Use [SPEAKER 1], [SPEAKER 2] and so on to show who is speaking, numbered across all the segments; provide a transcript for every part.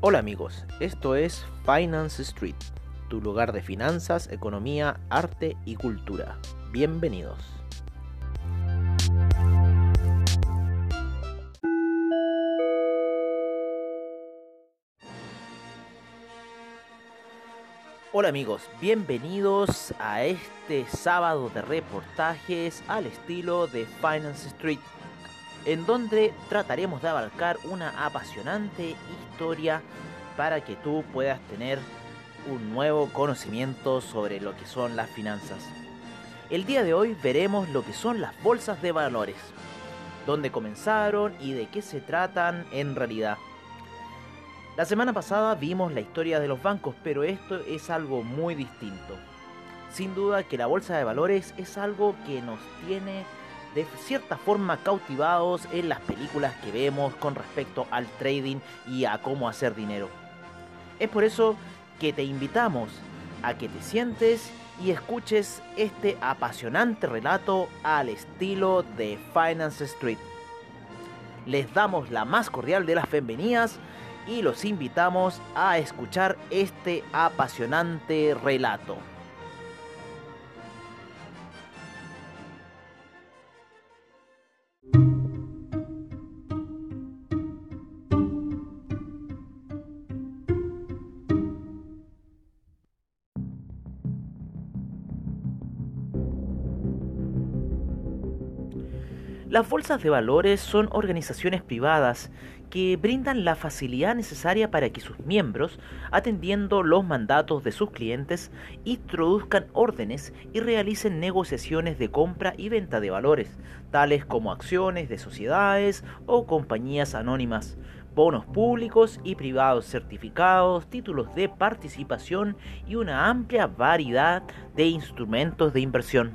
[SPEAKER 1] Hola amigos, esto es Finance Street, tu lugar de finanzas, economía, arte y cultura. Bienvenidos. Hola amigos, bienvenidos a este sábado de reportajes al estilo de Finance Street, en donde trataremos de abarcar una apasionante historia para que tú puedas tener un nuevo conocimiento sobre lo que son las finanzas. El día de hoy veremos lo que son las bolsas de valores, dónde comenzaron y de qué se tratan en realidad. La semana pasada vimos la historia de los bancos, pero esto es algo muy distinto. Sin duda que la bolsa de valores es algo que nos tiene de cierta forma cautivados en las películas que vemos con respecto al trading y a cómo hacer dinero. Es por eso que te invitamos a que te sientes y escuches este apasionante relato al estilo de Finance Street. Les damos la más cordial de las bienvenidas y los invitamos a escuchar este apasionante relato. Las bolsas de valores son organizaciones privadas que brindan la facilidad necesaria para que sus miembros, atendiendo los mandatos de sus clientes, introduzcan órdenes y realicen negociaciones de compra y venta de valores, tales como acciones de sociedades o compañías anónimas, bonos públicos y privados certificados, títulos de participación y una amplia variedad de instrumentos de inversión.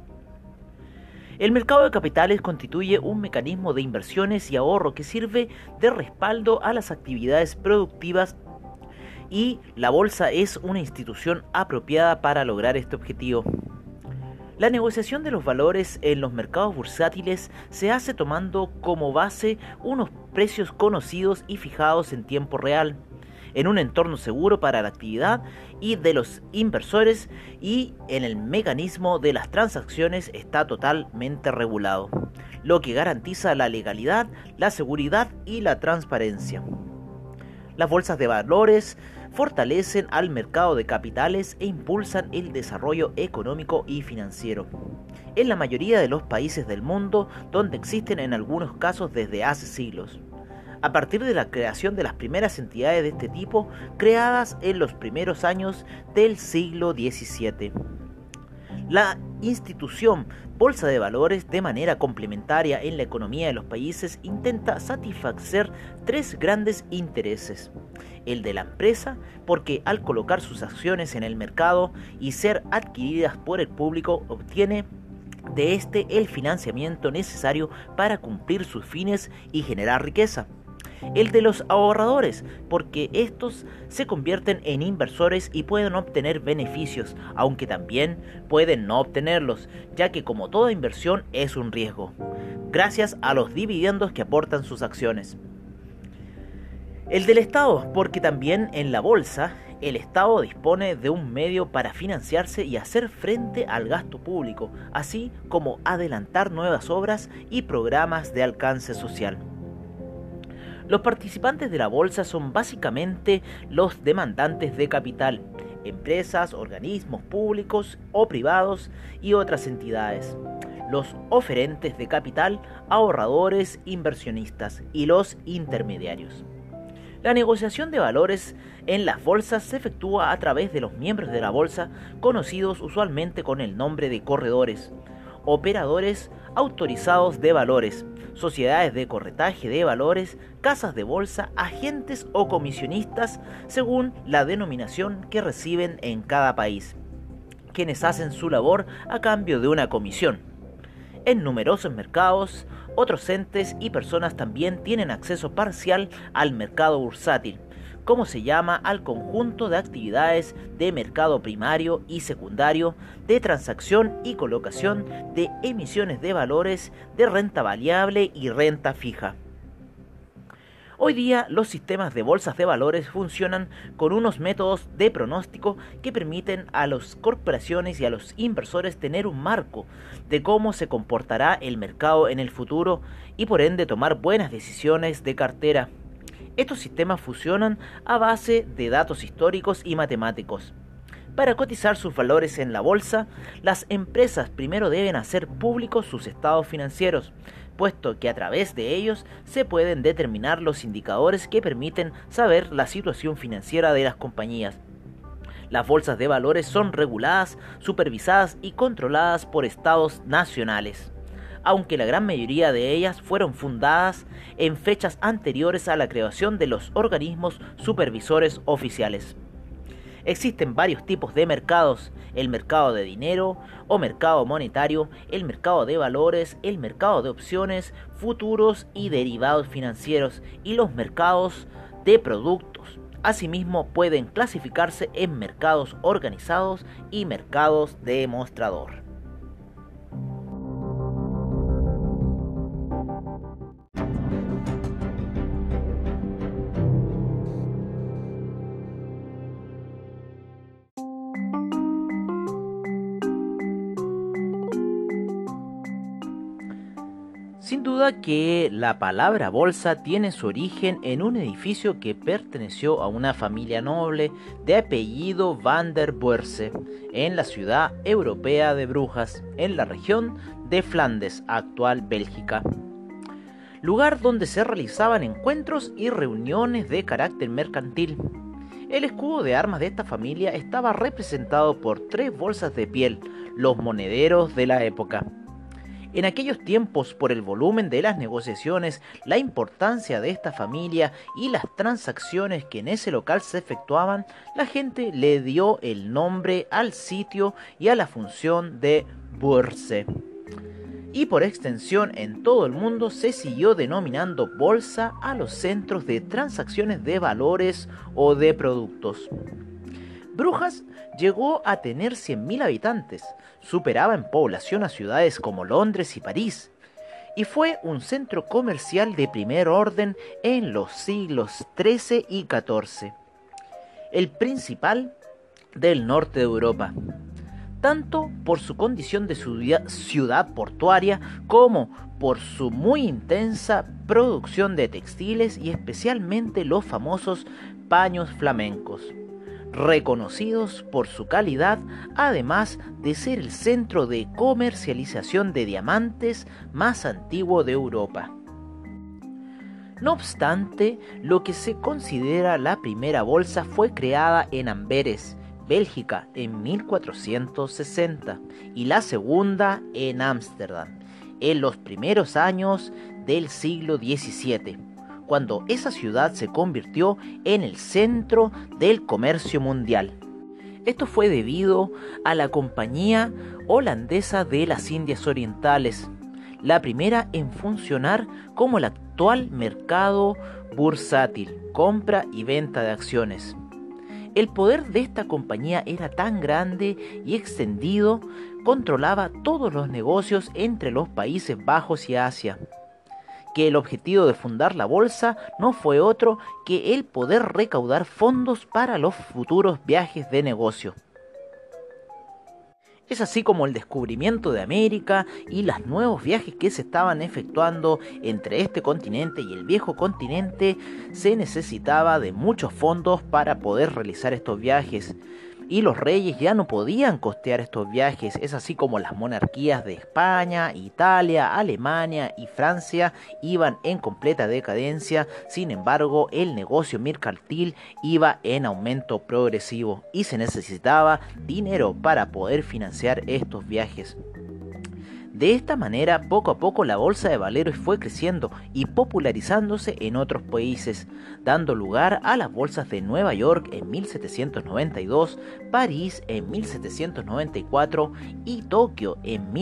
[SPEAKER 1] El mercado de capitales constituye un mecanismo de inversiones y ahorro que sirve de respaldo a las actividades productivas y la bolsa es una institución apropiada para lograr este objetivo. La negociación de los valores en los mercados bursátiles se hace tomando como base unos precios conocidos y fijados en tiempo real, en un entorno seguro para la actividad y de los inversores, y en el mecanismo de las transacciones está totalmente regulado, lo que garantiza la legalidad, la seguridad y la transparencia. Las bolsas de valores fortalecen al mercado de capitales e impulsan el desarrollo económico y financiero en la mayoría de los países del mundo, donde existen en algunos casos desde hace siglos. A partir de la creación de las primeras entidades de este tipo, creadas en los primeros años del siglo XVII. La institución Bolsa de Valores, de manera complementaria en la economía de los países, intenta satisfacer tres grandes intereses. El de la empresa, porque al colocar sus acciones en el mercado y ser adquiridas por el público, obtiene de este el financiamiento necesario para cumplir sus fines y generar riqueza. El de los ahorradores, porque estos se convierten en inversores y pueden obtener beneficios, aunque también pueden no obtenerlos, ya que como toda inversión es un riesgo, gracias a los dividendos que aportan sus acciones. El del Estado, porque también en la bolsa el Estado dispone de un medio para financiarse y hacer frente al gasto público, así como adelantar nuevas obras y programas de alcance social. Los participantes de la bolsa son básicamente los demandantes de capital, empresas, organismos públicos o privados y otras entidades, los oferentes de capital, ahorradores, inversionistas y los intermediarios. La negociación de valores en las bolsas se efectúa a través de los miembros de la bolsa, conocidos usualmente con el nombre de corredores, operadores autorizados de valores, sociedades de corretaje de valores, casas de bolsa, agentes o comisionistas, según la denominación que reciben en cada país, quienes hacen su labor a cambio de una comisión. En numerosos mercados, otros entes y personas también tienen acceso parcial al mercado bursátil, como se llama al conjunto de actividades de mercado primario y secundario, de transacción y colocación de emisiones de valores, de renta variable y renta fija. Hoy día los sistemas de bolsas de valores funcionan con unos métodos de pronóstico que permiten a las corporaciones y a los inversores tener un marco de cómo se comportará el mercado en el futuro y por ende tomar buenas decisiones de cartera. Estos sistemas funcionan a base de datos históricos y matemáticos. Para cotizar sus valores en la bolsa, las empresas primero deben hacer públicos sus estados financieros, puesto que a través de ellos se pueden determinar los indicadores que permiten saber la situación financiera de las compañías. Las bolsas de valores son reguladas, supervisadas y controladas por estados nacionales, aunque la gran mayoría de ellas fueron fundadas en fechas anteriores a la creación de los organismos supervisores oficiales. Existen varios tipos de mercados: el mercado de dinero o mercado monetario, el mercado de valores, el mercado de opciones, futuros y derivados financieros y los mercados de productos. Asimismo, pueden clasificarse en mercados organizados y mercados demostrador. Sin duda que la palabra bolsa tiene su origen en un edificio que perteneció a una familia noble de apellido Van der Boerse en la ciudad europea de Brujas, en la región de Flandes, actual Bélgica. Lugar donde se realizaban encuentros y reuniones de carácter mercantil. El escudo de armas de esta familia estaba representado por 3 bolsas de piel, los monederos de la época. En aquellos tiempos, por el volumen de las negociaciones, la importancia de esta familia y las transacciones que en ese local se efectuaban, la gente le dio el nombre al sitio y a la función de Börse. Y por extensión en todo el mundo se siguió denominando bolsa a los centros de transacciones de valores o de productos. Brujas llegó a tener 100.000 habitantes, superaba en población a ciudades como Londres y París, y fue un centro comercial de primer orden en los siglos XIII y XIV, el principal del norte de Europa, tanto por su condición de ciudad portuaria como por su muy intensa producción de textiles y especialmente los famosos paños flamencos, reconocidos por su calidad, además de ser el centro de comercialización de diamantes más antiguo de Europa. No obstante, lo que se considera la primera bolsa fue creada en Amberes, Bélgica, en 1460 y la segunda en Ámsterdam, en los primeros años del siglo XVII. Cuando esa ciudad se convirtió en el centro del comercio mundial. Esto fue debido a la Compañía Holandesa de las Indias Orientales, la primera en funcionar como el actual mercado bursátil, compra y venta de acciones. El poder de esta compañía era tan grande y extendido, controlaba todos los negocios entre los Países Bajos y Asia, que el objetivo de fundar la bolsa no fue otro que el poder recaudar fondos para los futuros viajes de negocio. Es así como el descubrimiento de América y los nuevos viajes que se estaban efectuando entre este continente y el viejo continente, se necesitaba de muchos fondos para poder realizar estos viajes. Y los reyes ya no podían costear estos viajes, es así como las monarquías de España, Italia, Alemania y Francia iban en completa decadencia. Sin embargo, el negocio mercantil iba en aumento progresivo y se necesitaba dinero para poder financiar estos viajes. De esta manera, poco a poco la bolsa de valores fue creciendo y popularizándose en otros países, dando lugar a las bolsas de Nueva York en 1792, París en 1794 y Tokio en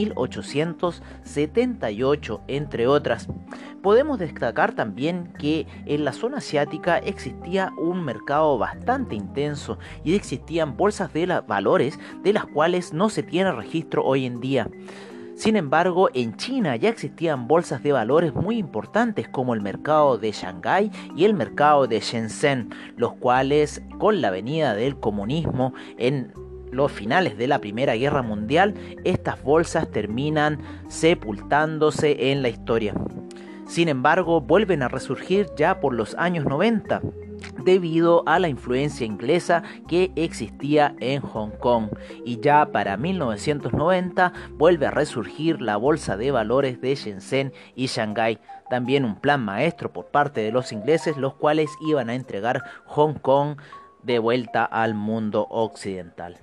[SPEAKER 1] 1878, entre otras. Podemos destacar también que en la zona asiática existía un mercado bastante intenso y existían bolsas de valores de las cuales no se tiene registro hoy en día. Sin embargo, en China ya existían bolsas de valores muy importantes como el mercado de Shanghái y el mercado de Shenzhen, los cuales con la venida del comunismo en los finales de la Primera Guerra Mundial, estas bolsas terminan sepultándose en la historia. Sin embargo, vuelven a resurgir ya por los años 90 debido a la influencia inglesa que existía en Hong Kong, y ya para 1990 vuelve a resurgir la bolsa de valores de Shenzhen y Shanghái, también un plan maestro por parte de los ingleses, los cuales iban a entregar Hong Kong de vuelta al mundo occidental.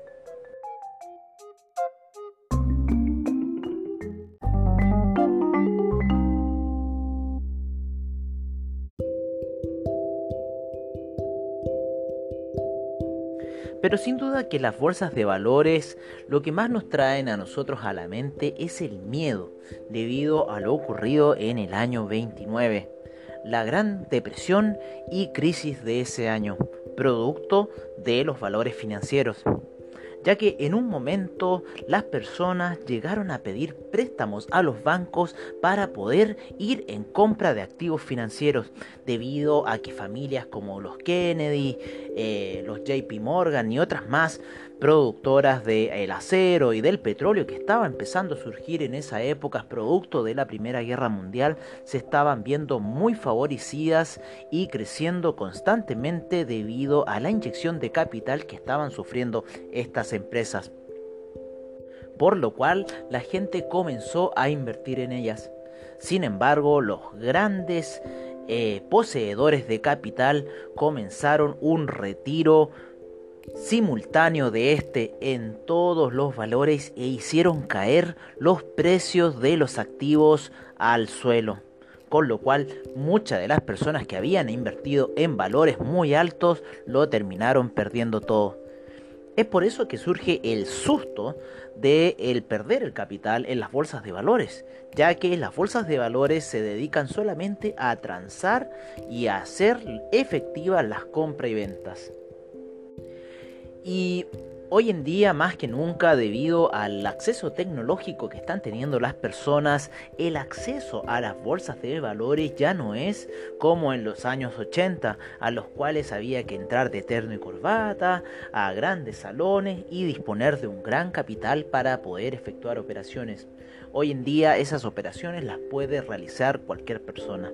[SPEAKER 1] Pero sin duda que las bolsas de valores lo que más nos traen a nosotros a la mente es el miedo debido a lo ocurrido en el año 29, la Gran Depresión y crisis de ese año, producto de los valores financieros, ya que en un momento las personas llegaron a pedir préstamos a los bancos para poder ir en compra de activos financieros, debido a que familias como los Kennedy, los JP Morgan y otras más, productoras del acero y del petróleo que estaba empezando a surgir en esa época, producto de la Primera Guerra Mundial, se estaban viendo muy favorecidas y creciendo constantemente debido a la inyección de capital que estaban sufriendo estas empresas, por lo cual la gente comenzó a invertir en ellas. Sin embargo, los grandes poseedores de capital comenzaron un retiro simultáneo de este en todos los valores e hicieron caer los precios de los activos al suelo, con lo cual muchas de las personas que habían invertido en valores muy altos lo terminaron perdiendo todo. Es por eso que surge el susto de el perder el capital en las bolsas de valores, ya que las bolsas de valores se dedican solamente a transar y a hacer efectivas las compras y ventas. Y hoy en día, más que nunca, debido al acceso tecnológico que están teniendo las personas, el acceso a las bolsas de valores ya no es como en los años 80, a los cuales había que entrar de terno y corbata a grandes salones y disponer de un gran capital para poder efectuar operaciones. Hoy en día esas operaciones las puede realizar cualquier persona.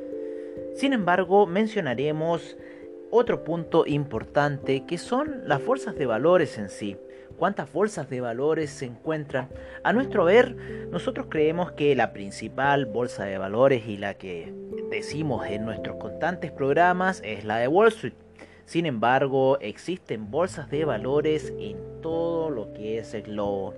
[SPEAKER 1] Sin embargo, mencionaremos otro punto importante, que son las bolsas de valores en sí. ¿Cuántas bolsas de valores se encuentran? A nuestro ver, nosotros creemos que la principal bolsa de valores y la que decimos en nuestros constantes programas es la de Wall Street. Sin embargo, existen bolsas de valores en todo lo que es el globo.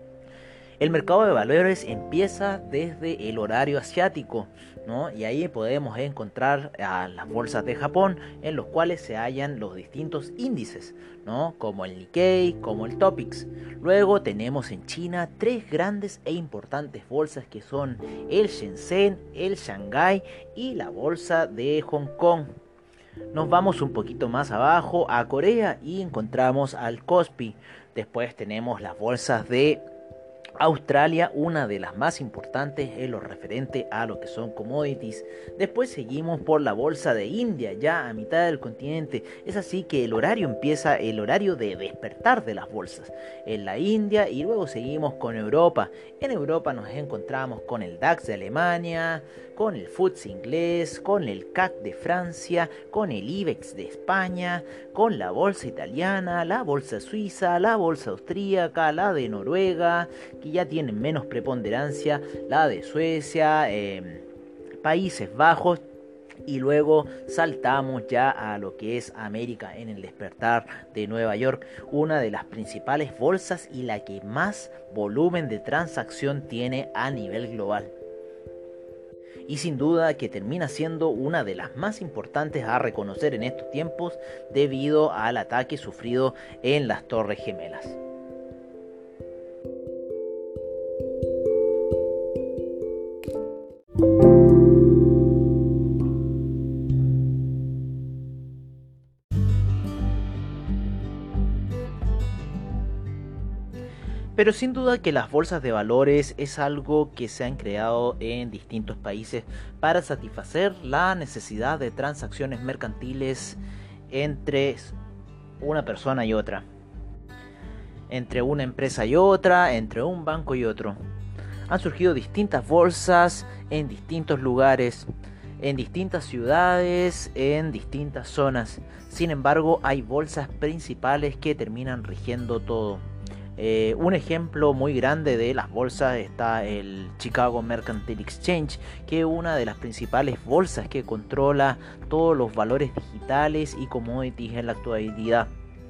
[SPEAKER 1] El mercado de valores empieza desde el horario asiático, ¿no? Y ahí podemos encontrar a las bolsas de Japón, en los cuales se hallan los distintos índices, ¿no? Como el Nikkei, como el Topix. Luego tenemos en China tres grandes e importantes bolsas, que son el Shenzhen, el Shanghái y la bolsa de Hong Kong. Nos vamos un poquito más abajo a Corea y encontramos al Kospi. Después tenemos las bolsas de Australia, una de las más importantes en lo referente a lo que son commodities. Después seguimos por la bolsa de India, ya a mitad del continente. Es así que el horario empieza, el horario de despertar de las bolsas en la India, y luego seguimos con Europa. En Europa nos encontramos con el DAX de Alemania, con el FTSE inglés, con el CAC de Francia, con el IBEX de España, con la bolsa italiana, la bolsa suiza, la bolsa austríaca, la de Noruega, que ya tienen menos preponderancia, la de Suecia, Países Bajos, y luego saltamos ya a lo que es América en el despertar de Nueva York, una de las principales bolsas y la que más volumen de transacción tiene a nivel global. Y sin duda que termina siendo una de las más importantes a reconocer en estos tiempos debido al ataque sufrido en las Torres Gemelas. Pero sin duda que las bolsas de valores es algo que se han creado en distintos países para satisfacer la necesidad de transacciones mercantiles entre una persona y otra, entre una empresa y otra, entre un banco y otro. Han surgido distintas bolsas en distintos lugares, en distintas ciudades, en distintas zonas. Sin embargo, hay bolsas principales que terminan rigiendo todo. Un ejemplo muy grande de las bolsas está el Chicago Mercantile Exchange, que es una de las principales bolsas que controla todos los valores digitales y commodities en la actualidad.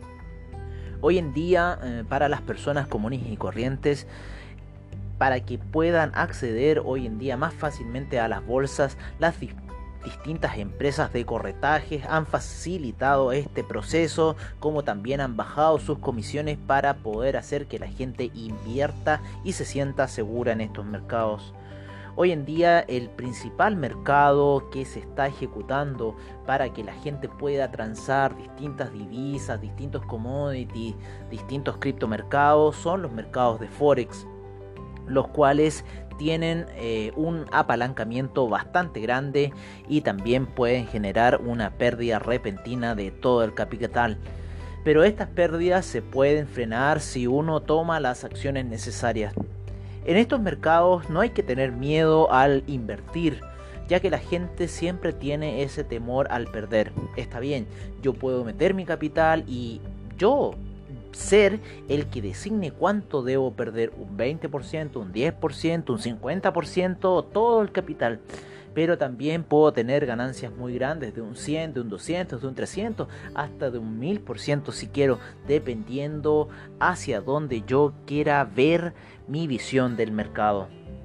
[SPEAKER 1] Hoy en día, para las personas comunes y corrientes, para que puedan acceder hoy en día más fácilmente a las bolsas, las distintas empresas de corretaje han facilitado este proceso, como también han bajado sus comisiones para poder hacer que la gente invierta y se sienta segura en estos mercados. Hoy en día el principal mercado que se está ejecutando para que la gente pueda transar distintas divisas, distintos commodities, distintos criptomercados son los mercados de Forex, los cuales tienen un apalancamiento bastante grande y también pueden generar una pérdida repentina de todo el capital. Pero estas pérdidas se pueden frenar si uno toma las acciones necesarias. En estos mercados no hay que tener miedo al invertir, ya que la gente siempre tiene ese temor al perder. Está bien, yo puedo meter mi capital y yo ser el que designe cuánto debo perder, un 20%, un 10%, un 50%, todo el capital. Pero también puedo tener ganancias muy grandes de un 100, de un 200, de un 300, hasta de un 1000% si quiero, dependiendo hacia dónde yo quiera ver mi visión del mercado.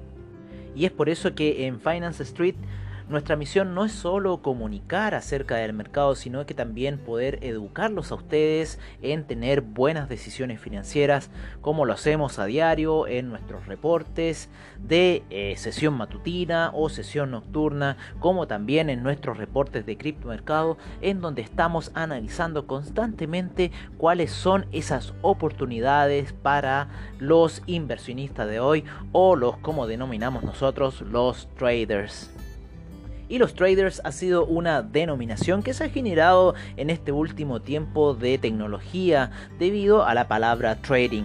[SPEAKER 1] Y es por eso que en Finance Street nuestra misión no es solo comunicar acerca del mercado, sino que también poder educarlos a ustedes en tener buenas decisiones financieras, como lo hacemos a diario en nuestros reportes de sesión matutina o sesión nocturna, como también en nuestros reportes de criptomercado, en donde estamos analizando constantemente cuáles son esas oportunidades para los inversionistas de hoy, o los, como denominamos nosotros, los traders. Y los traders ha sido una denominación que se ha generado en este último tiempo de tecnología debido a la palabra trading.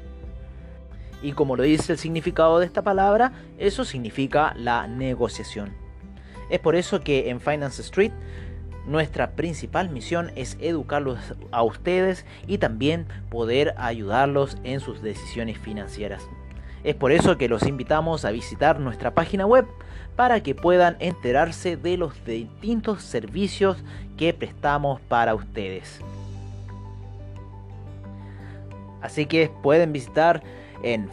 [SPEAKER 1] Y como lo dice el significado de esta palabra, eso significa la negociación. Es por eso que en Finance Street nuestra principal misión es educarlos a ustedes y también poder ayudarlos en sus decisiones financieras. Es por eso que los invitamos a visitar nuestra página web para que puedan enterarse de los distintos servicios que prestamos para ustedes. Así que pueden visitar en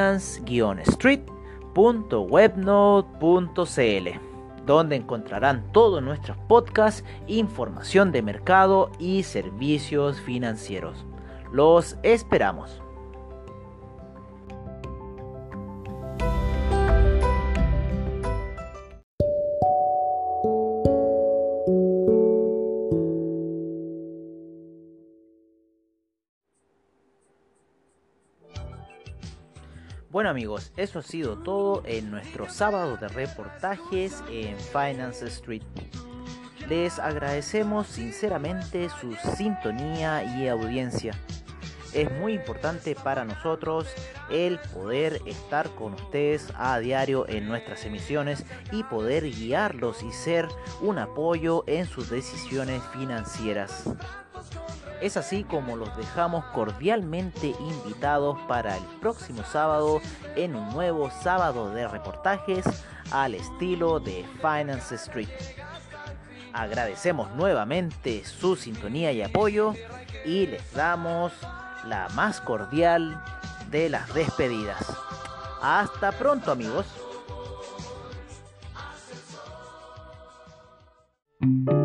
[SPEAKER 1] finance-street.webnode.cl, donde encontrarán todos nuestros podcasts, información de mercado y servicios financieros. Los esperamos. Bueno amigos, eso ha sido todo en nuestro sábado de reportajes en Finance Street. Les agradecemos sinceramente su sintonía y audiencia. Es muy importante para nosotros el poder estar con ustedes a diario en nuestras emisiones y poder guiarlos y ser un apoyo en sus decisiones financieras. Es así como los dejamos cordialmente invitados para el próximo sábado en un nuevo sábado de reportajes al estilo de Finance Street. Agradecemos nuevamente su sintonía y apoyo y les damos la más cordial de las despedidas. Hasta pronto amigos.